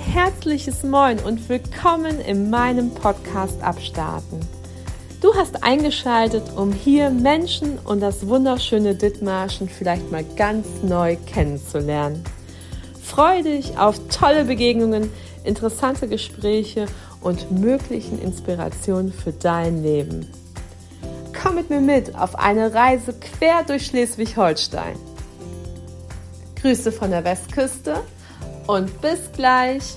herzliches Moin und willkommen in meinem Podcast Abstarten. Du hast eingeschaltet, um hier Menschen und das wunderschöne Dithmarschen vielleicht mal ganz neu kennenzulernen. Freue dich auf tolle Begegnungen, interessante Gespräche und möglichen Inspirationen für dein Leben. Komm mit mir mit auf eine Reise quer durch Schleswig-Holstein. Grüße von der Westküste und bis gleich.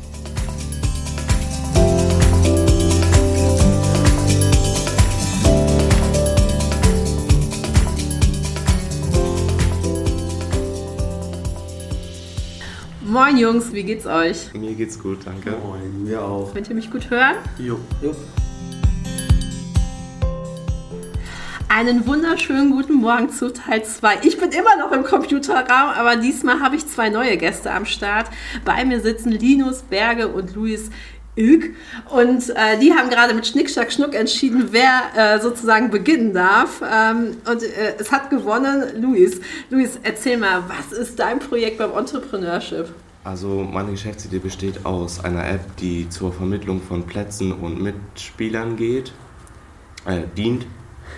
Moin Jungs, wie geht's euch? Mir geht's gut, danke. Moin, mir auch. Könnt ihr mich gut hören? Jo. Einen wunderschönen guten Morgen zu Teil 2. Ich bin immer noch im Computerraum, aber diesmal habe ich 2 neue Gäste am Start. Bei mir sitzen Linus Berge und Luis Ilk und die haben gerade mit Schnick, Schnack, Schnuck entschieden, wer sozusagen beginnen darf. Es hat gewonnen Luis. Luis, erzähl mal, was ist dein Projekt beim Entrepreneurship? Also meine Geschäftsidee besteht aus einer App, die zur Vermittlung von Plätzen und Mitspielern dient.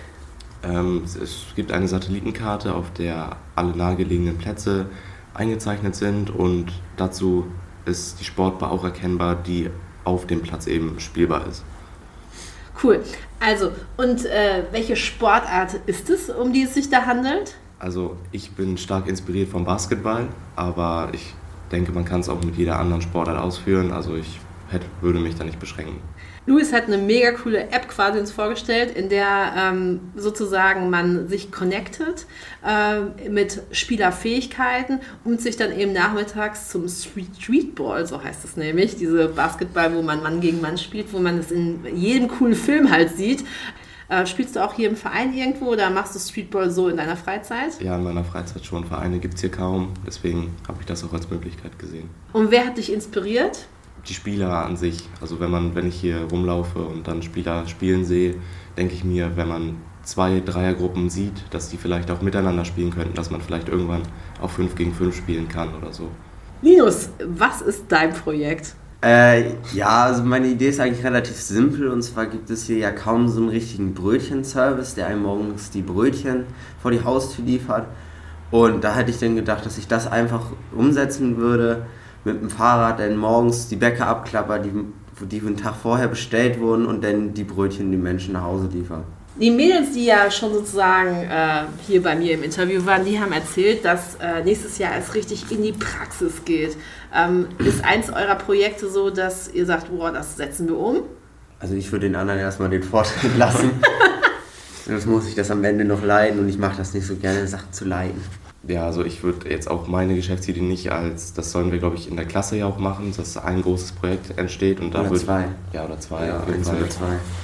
Es gibt eine Satellitenkarte, auf der alle nahegelegenen Plätze eingezeichnet sind und dazu ist die Sportbar auch erkennbar, die auf dem Platz eben spielbar ist. Cool. Also, und welche Sportart ist es, um die es sich da handelt? Also ich bin stark inspiriert vom Basketball, aber ich denke, man kann es auch mit jeder anderen Sportart ausführen, also ich würde mich da nicht beschränken. Luis hat eine mega coole App quasi uns vorgestellt, in der sozusagen man sich connectet mit Spielerfähigkeiten und sich dann eben nachmittags zum Streetball, so heißt es nämlich, diese Basketball, wo man Mann gegen Mann spielt, wo man es in jedem coolen Film halt sieht. Spielst du auch hier im Verein irgendwo oder machst du Streetball so in deiner Freizeit? Ja, in meiner Freizeit schon. Vereine gibt es hier kaum, deswegen habe ich das auch als Möglichkeit gesehen. Und wer hat dich inspiriert? Die Spieler an sich. Also wenn ich hier rumlaufe und dann Spieler spielen sehe, denke ich mir, wenn man 2 Dreiergruppen sieht, dass die vielleicht auch miteinander spielen könnten, dass man vielleicht irgendwann auch 5 gegen 5 spielen kann oder so. Linus, was ist dein Projekt? Also meine Idee ist eigentlich relativ simpel und zwar gibt es hier ja kaum so einen richtigen Brötchenservice, der einem morgens die Brötchen vor die Haustür liefert. Und da hätte ich dann gedacht, dass ich das einfach umsetzen würde mit dem Fahrrad, dann morgens die Bäcker abklappert, die den Tag vorher bestellt wurden und dann die Brötchen den Menschen nach Hause liefern. Die Mädels, die ja schon sozusagen hier bei mir im Interview waren, die haben erzählt, dass nächstes Jahr es richtig in die Praxis geht. Ist eins eurer Projekte so, dass ihr sagt, boah, das setzen wir um? Also ich würde den anderen erstmal den Vortritt lassen. Sonst muss ich das am Ende noch leiden und ich mache das nicht so gerne, Sachen zu leiden. Ja, also ich würde jetzt auch meine Geschäftsidee nicht das sollen wir glaube ich in der Klasse ja auch machen, dass ein großes Projekt entsteht. Und da oder 2. Ja, oder 2. Ja, auf jeden Fall. Oder 2.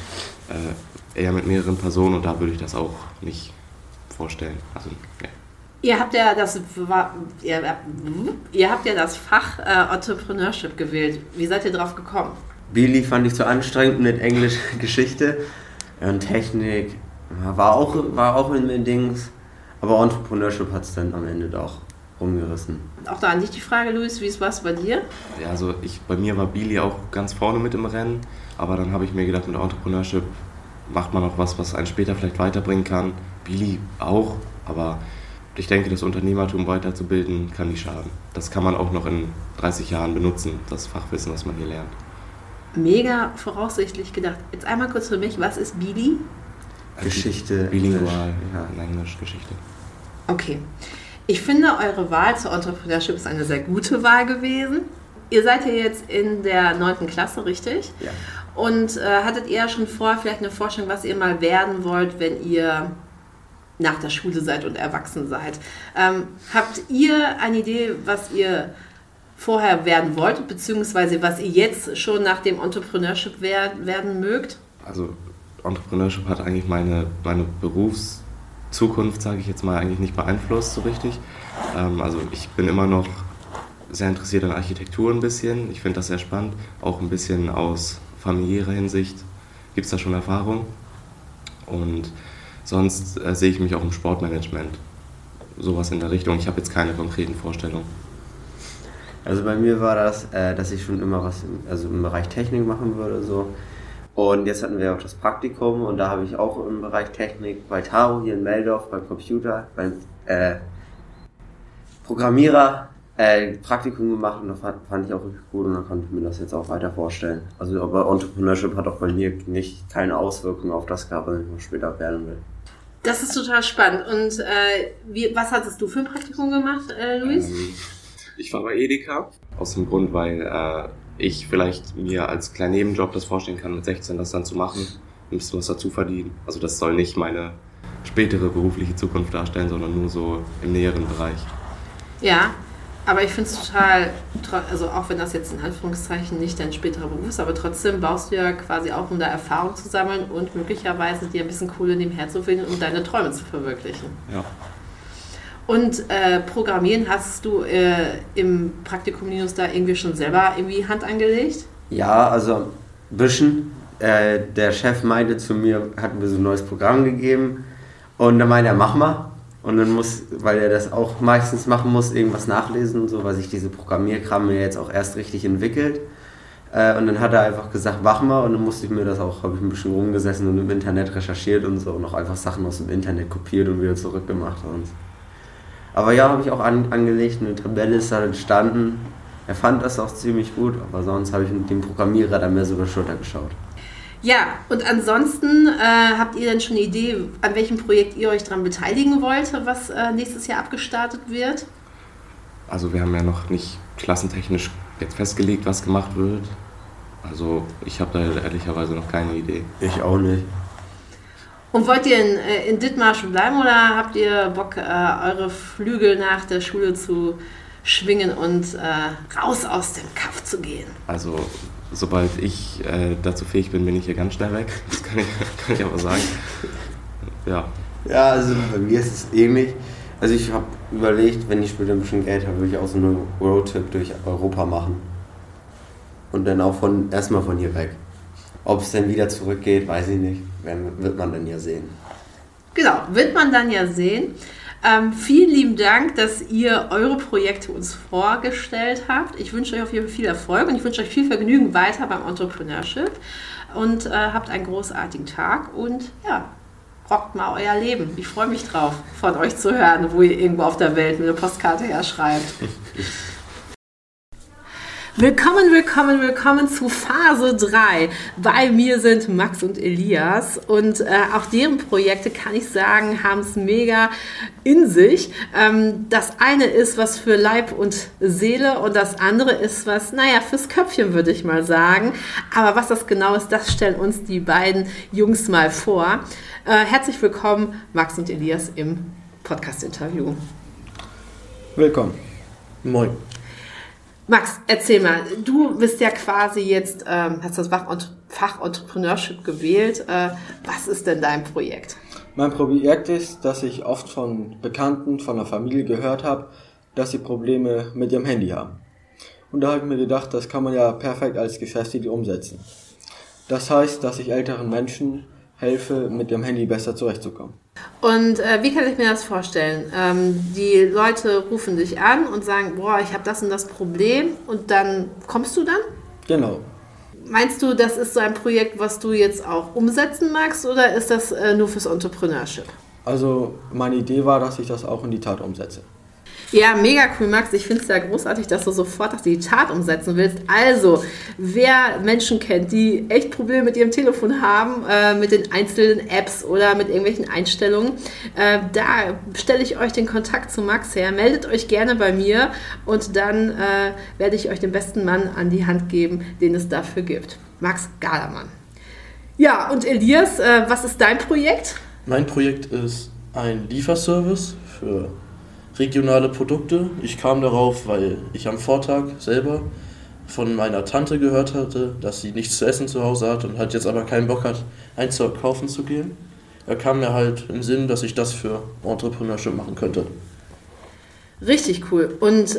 Eher mit mehreren Personen und da würde ich das auch nicht vorstellen. Also, ja. Ihr habt ja das Fach Entrepreneurship gewählt. Wie seid ihr drauf gekommen? Billy fand ich zu anstrengend mit Englisch, Geschichte und Technik. War auch in den Dings. Aber Entrepreneurship hat es dann am Ende doch rumgerissen. Auch da an dich die Frage, Luis, wie war es bei dir? Ja, also bei mir war Billy auch ganz vorne mit im Rennen, aber dann habe ich mir gedacht, mit Entrepreneurship macht man auch was einen später vielleicht weiterbringen kann. Billy auch, aber ich denke, das Unternehmertum weiterzubilden kann nicht schaden. Das kann man auch noch in 30 Jahren benutzen, das Fachwissen, was man hier lernt. Mega voraussichtlich gedacht. Jetzt einmal kurz für mich, was ist Billy? Geschichte. Bilingual, ja, in Englisch, Geschichte. Okay. Ich finde, eure Wahl zur Entrepreneurship ist eine sehr gute Wahl gewesen. Ihr seid ja jetzt in der 9. Klasse, richtig? Ja. Und hattet ihr schon vorher vielleicht eine Vorstellung, was ihr mal werden wollt, wenn ihr nach der Schule seid und erwachsen seid? Habt ihr eine Idee, was ihr vorher werden wollt, beziehungsweise was ihr jetzt schon nach dem Entrepreneurship werden mögt? Also Entrepreneurship hat eigentlich meine Berufszukunft, sage ich jetzt mal, eigentlich nicht beeinflusst so richtig. Also ich bin immer noch sehr interessiert an Architektur ein bisschen. Ich finde das sehr spannend, auch ein bisschen aus familiärer Hinsicht gibt es da schon Erfahrung. Und sonst sehe ich mich auch im Sportmanagement. Sowas in der Richtung. Ich habe jetzt keine konkreten Vorstellungen. Also bei mir war das, dass ich schon immer was im Bereich Technik machen würde. So. Und jetzt hatten wir auch das Praktikum und da habe ich auch im Bereich Technik bei Taro hier in Meldorf beim Computer, beim Programmierer Praktikum gemacht und das fand ich auch richtig gut und dann konnte ich mir das jetzt auch weiter vorstellen. Also aber Entrepreneurship hat auch bei mir keine Auswirkungen auf das gehabt, was ich noch später werden will. Das ist total spannend. Und was hattest du für ein Praktikum gemacht, Luis? Ich war bei Edeka, aus dem Grund, weil ich vielleicht mir als kleinen Nebenjob das vorstellen kann, mit 16 das dann zu machen, ein bisschen was dazu verdienen. Also das soll nicht meine spätere berufliche Zukunft darstellen, sondern nur so im näheren Bereich. Ja, aber ich finde es total, also auch wenn das jetzt in Anführungszeichen nicht dein späterer Beruf ist, aber trotzdem baust du ja quasi auch, um da Erfahrung zu sammeln und möglicherweise dir ein bisschen Kohle nebenher zu finden, um deine Träume zu verwirklichen. Ja. Und Programmieren, hast du im Praktikum Linus da irgendwie schon selber irgendwie Hand angelegt? Ja, also ein bisschen. Der Chef meinte zu mir, hat mir so ein neues Programm gegeben und dann meinte er, mach mal. Und dann weil er das auch meistens machen muss, irgendwas nachlesen und so, weil sich diese Programmierkram mir jetzt auch erst richtig entwickelt. Und dann hat er einfach gesagt, mach mal und dann musste ich mir das auch, habe ich ein bisschen rumgesessen und im Internet recherchiert und so und auch einfach Sachen aus dem Internet kopiert und wieder zurückgemacht und so. Aber ja, habe ich auch angelegt, eine Tabelle ist dann entstanden. Er fand das auch ziemlich gut, aber sonst habe ich mit dem Programmierer dann mehr so über die Schulter geschaut. Ja, und ansonsten habt ihr denn schon eine Idee, an welchem Projekt ihr euch daran beteiligen wollt, was nächstes Jahr abgestartet wird? Also wir haben ja noch nicht klassentechnisch jetzt festgelegt, was gemacht wird. Also ich habe da ehrlicherweise noch keine Idee. Ich auch nicht. Und wollt ihr in Dithmarschen bleiben oder habt ihr Bock, eure Flügel nach der Schule zu schwingen und raus aus dem Kaff zu gehen? Also sobald ich dazu fähig bin, bin ich hier ganz schnell weg. Das kann ich aber sagen. Ja. Ja, also bei mir ist es ähnlich. Also ich habe überlegt, wenn ich später ein bisschen Geld habe, würde ich auch so einen Roadtrip durch Europa machen. Und dann auch erstmal von hier weg. Ob es dann wieder zurückgeht, weiß ich nicht. Wird man dann ja sehen. Genau, wird man dann ja sehen. Vielen lieben Dank, dass ihr eure Projekte uns vorgestellt habt. Ich wünsche euch auf jeden Fall viel Erfolg und ich wünsche euch viel Vergnügen weiter beim Entrepreneurship. Und habt einen großartigen Tag und ja, rockt mal euer Leben. Ich freue mich drauf, von euch zu hören, wo ihr irgendwo auf der Welt mit einer Postkarte herschreibt. Willkommen zu Phase 3. Bei mir sind Max und Elias und auch deren Projekte, kann ich sagen, haben es mega in sich. Das eine ist was für Leib und Seele und das andere ist was, fürs Köpfchen würde ich mal sagen. Aber was das genau ist, das stellen uns die beiden Jungs mal vor. Herzlich willkommen, Max und Elias im Podcast-Interview. Willkommen. Moin. Max, erzähl mal, du bist ja quasi jetzt, hast das Fach Entrepreneurship gewählt. Was ist denn dein Projekt? Mein Projekt ist, dass ich oft von Bekannten, von der Familie gehört habe, dass sie Probleme mit ihrem Handy haben. Und da habe ich mir gedacht, das kann man ja perfekt als Geschäftsidee umsetzen. Das heißt, dass ich älteren Menschen helfe, mit ihrem Handy besser zurechtzukommen. Und wie kann ich mir das vorstellen? Die Leute rufen dich an und sagen, ich habe das und das Problem und dann kommst du dann? Genau. Meinst du, das ist so ein Projekt, was du jetzt auch umsetzen magst oder ist das nur fürs Entrepreneurship? Also meine Idee war, dass ich das auch in die Tat umsetze. Ja, mega cool, Max. Ich finde es ja großartig, dass du sofort das in die Tat umsetzen willst. Also, wer Menschen kennt, die echt Probleme mit ihrem Telefon haben, mit den einzelnen Apps oder mit irgendwelchen Einstellungen, da stelle ich euch den Kontakt zu Max her. Meldet euch gerne bei mir und dann werde ich euch den besten Mann an die Hand geben, den es dafür gibt. Max Galermann. Ja, und Elias, was ist dein Projekt? Mein Projekt ist ein Lieferservice für regionale Produkte. Ich kam darauf, weil ich am Vortag selber von meiner Tante gehört hatte, dass sie nichts zu essen zu Hause hat und halt jetzt aber keinen Bock hat, einkaufen zu gehen. Da kam mir halt in den Sinn, dass ich das für Entrepreneurship machen könnte. Richtig cool. Und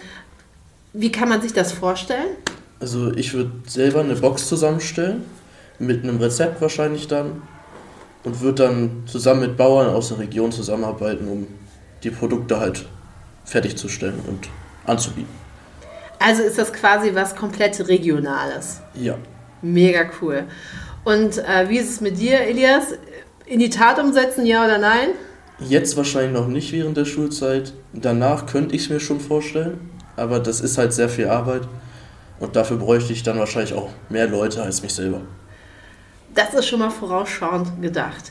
wie kann man sich das vorstellen? Also ich würde selber eine Box zusammenstellen, mit einem Rezept wahrscheinlich dann, und würde dann zusammen mit Bauern aus der Region zusammenarbeiten, um die Produkte halt fertigzustellen und anzubieten. Also ist das quasi was komplett Regionales. Ja. Mega cool. Und wie ist es mit dir, Elias? In die Tat umsetzen, ja oder nein? Jetzt wahrscheinlich noch nicht während der Schulzeit. Danach könnte ich es mir schon vorstellen, aber das ist halt sehr viel Arbeit und dafür bräuchte ich dann wahrscheinlich auch mehr Leute als mich selber. Das ist schon mal vorausschauend gedacht.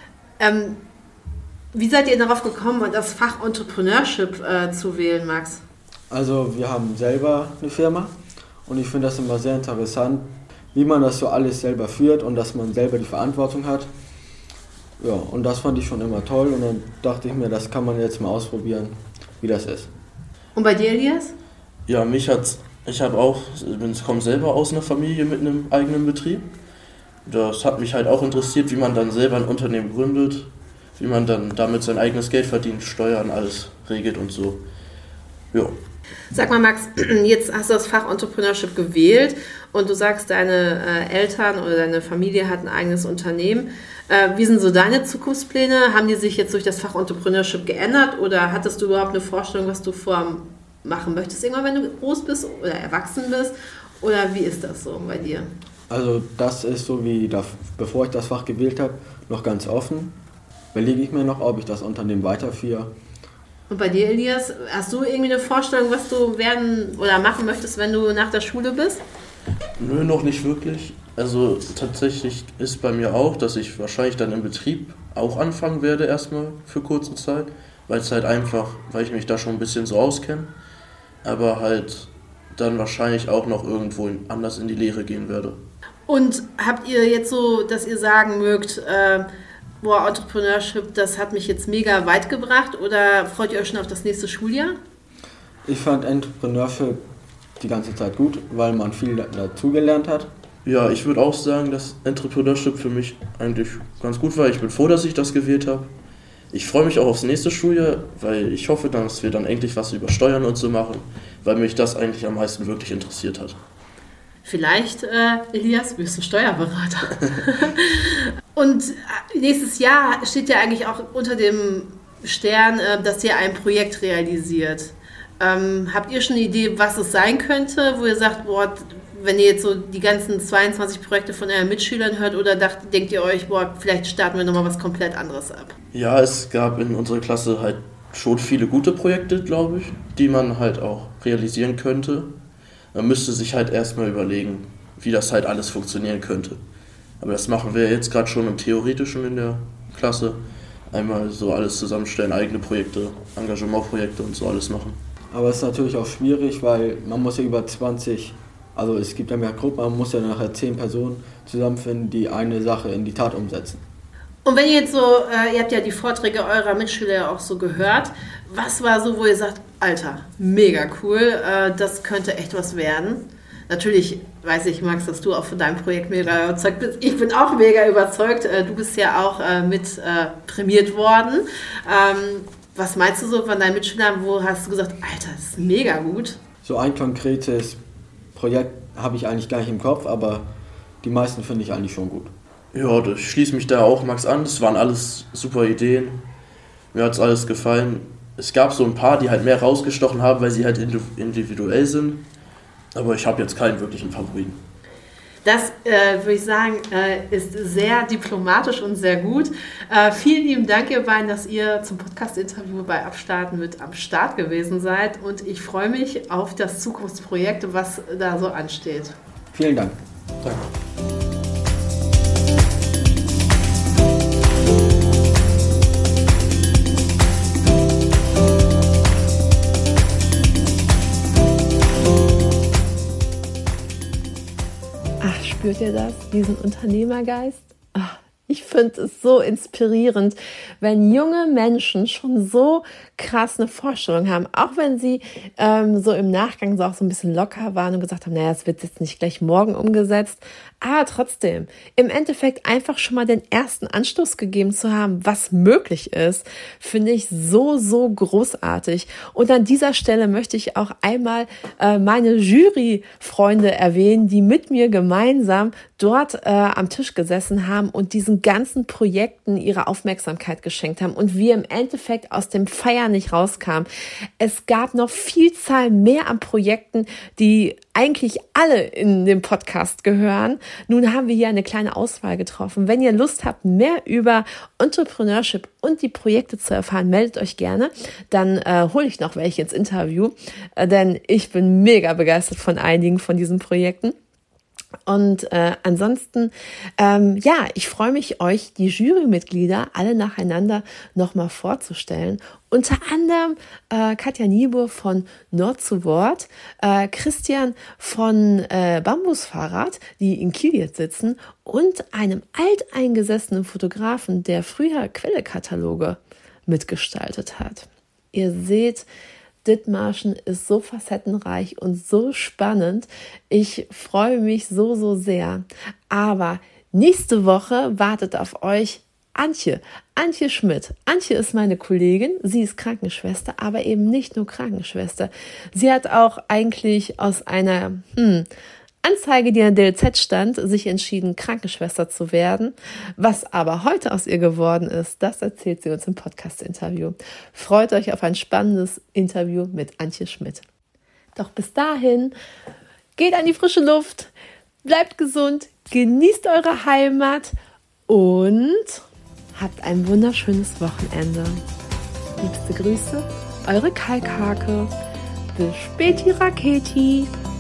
Wie seid ihr darauf gekommen, das Fach Entrepreneurship zu wählen, Max? Also wir haben selber eine Firma und ich finde das immer sehr interessant, wie man das so alles selber führt und dass man selber die Verantwortung hat. Ja, und das fand ich schon immer toll und dann dachte ich mir, das kann man jetzt mal ausprobieren, wie das ist. Und bei dir, Elias? Ja, ich komme selber aus einer Familie mit einem eigenen Betrieb. Das hat mich halt auch interessiert, wie man dann selber ein Unternehmen gründet, wie man dann damit sein eigenes Geld verdient, Steuern, alles regelt und so. Ja. Sag mal, Max, jetzt hast du das Fach Entrepreneurship gewählt und du sagst, deine Eltern oder deine Familie hat ein eigenes Unternehmen. Wie sind so deine Zukunftspläne? Haben die sich jetzt durch das Fach Entrepreneurship geändert oder hattest du überhaupt eine Vorstellung, was du machen möchtest, irgendwann, wenn du groß bist oder erwachsen bist? Oder wie ist das so bei dir? Also das ist so wie, bevor ich das Fach gewählt habe, noch ganz offen. Überlege ich mir noch, ob ich das Unternehmen weiterführe. Und bei dir, Elias, hast du irgendwie eine Vorstellung, was du werden oder machen möchtest, wenn du nach der Schule bist? Nö, noch nicht wirklich. Also tatsächlich ist bei mir auch, dass ich wahrscheinlich dann im Betrieb auch anfangen werde erstmal für kurze Zeit, weil ich mich da schon ein bisschen so auskenne, aber halt dann wahrscheinlich auch noch irgendwo anders in die Lehre gehen werde. Und habt ihr jetzt so, dass ihr sagen mögt, Entrepreneurship, das hat mich jetzt mega weit gebracht oder freut ihr euch schon auf das nächste Schuljahr? Ich fand Entrepreneurship die ganze Zeit gut, weil man viel dazugelernt hat. Ja, ich würde auch sagen, dass Entrepreneurship für mich eigentlich ganz gut war. Ich bin froh, dass ich das gewählt habe. Ich freue mich auch aufs nächste Schuljahr, weil ich hoffe, dass wir dann endlich was über Steuern und so machen, weil mich das eigentlich am meisten wirklich interessiert hat. Vielleicht, Elias, wirst du Steuerberater. Und nächstes Jahr steht ja eigentlich auch unter dem Stern, dass ihr ein Projekt realisiert. Habt ihr schon eine Idee, was es sein könnte, wo ihr sagt, wenn ihr jetzt so die ganzen 22 Projekte von euren Mitschülern hört oder denkt ihr euch, vielleicht starten wir nochmal was komplett anderes ab? Ja, es gab in unserer Klasse halt schon viele gute Projekte, glaube ich, die man halt auch realisieren könnte. Man müsste sich halt erstmal überlegen, wie das halt alles funktionieren könnte. Aber das machen wir jetzt gerade schon im Theoretischen in der Klasse. Einmal so alles zusammenstellen, eigene Projekte, Engagementprojekte und so alles machen. Aber es ist natürlich auch schwierig, weil man muss ja über 20, also es gibt ja mehr Gruppen, man muss ja nachher 10 Personen zusammenfinden, die eine Sache in die Tat umsetzen. Und wenn ihr jetzt so, ihr habt ja die Vorträge eurer Mitschüler auch so gehört, was war so, wo ihr sagt, Alter, mega cool, das könnte echt was werden? Natürlich weiß ich, Max, dass du auch von deinem Projekt mega überzeugt bist. Ich bin auch mega überzeugt. Du bist ja auch mit prämiert worden. Was meinst du so von deinen Mitschülern? Wo hast du gesagt, Alter, das ist mega gut? So ein konkretes Projekt habe ich eigentlich gar nicht im Kopf, aber die meisten finde ich eigentlich schon gut. Ja, ich schließe mich da auch Max an. Das waren alles super Ideen. Mir hat es alles gefallen. Es gab so ein paar, die halt mehr rausgestochen haben, weil sie halt individuell sind. Aber ich habe jetzt keinen wirklichen Favoriten. Das, würde ich sagen, ist sehr diplomatisch und sehr gut. Vielen lieben Dank, ihr beiden, dass ihr zum Podcast-Interview bei Abstarten mit am Start gewesen seid. Und ich freue mich auf das Zukunftsprojekt, was da so ansteht. Vielen Dank. Danke. Spürt ihr das, diesen Unternehmergeist? Ich finde es so inspirierend, wenn junge Menschen schon so krass eine Vorstellung haben, auch wenn sie so im Nachgang so auch so ein bisschen locker waren und gesagt haben, naja, es wird jetzt nicht gleich morgen umgesetzt, Aber trotzdem, im Endeffekt einfach schon mal den ersten Anstoß gegeben zu haben, was möglich ist, finde ich so, so großartig. Und an dieser Stelle möchte ich auch einmal meine Jury-Freunde erwähnen, die mit mir gemeinsam dort am Tisch gesessen haben und diesen ganzen Projekten ihre Aufmerksamkeit geschenkt haben und wir im Endeffekt aus dem Feiern nicht rauskamen. Es gab noch Vielzahl mehr an Projekten, die eigentlich alle in dem Podcast gehören. Nun haben wir hier eine kleine Auswahl getroffen. Wenn ihr Lust habt, mehr über Entrepreneurship und die Projekte zu erfahren, meldet euch gerne. Dann hole ich noch welche ins Interview, denn ich bin mega begeistert von einigen von diesen Projekten. Und ansonsten, ich freue mich, euch die Jurymitglieder alle nacheinander nochmal vorzustellen. Unter anderem Katja Niebuhr von Nord zu Wort, Christian von Bambusfahrrad, die in Kiel jetzt sitzen, und einem alteingesessenen Fotografen, der früher Quellekataloge mitgestaltet hat. Ihr seht, Dithmarschen ist so facettenreich und so spannend. Ich freue mich so, so sehr. Aber nächste Woche wartet auf euch Antje Schmidt. Antje ist meine Kollegin. Sie ist Krankenschwester, aber eben nicht nur Krankenschwester. Sie hat auch eigentlich aus einer Anzeige, die in der DLZ stand, sich entschieden, Krankenschwester zu werden. Was aber heute aus ihr geworden ist, das erzählt sie uns im Podcast-Interview. Freut euch auf ein spannendes Interview mit Antje Schmidt. Doch bis dahin, geht an die frische Luft, bleibt gesund, genießt eure Heimat und habt ein wunderschönes Wochenende. Liebste Grüße, eure Kalkhake. Bis späti Raketi.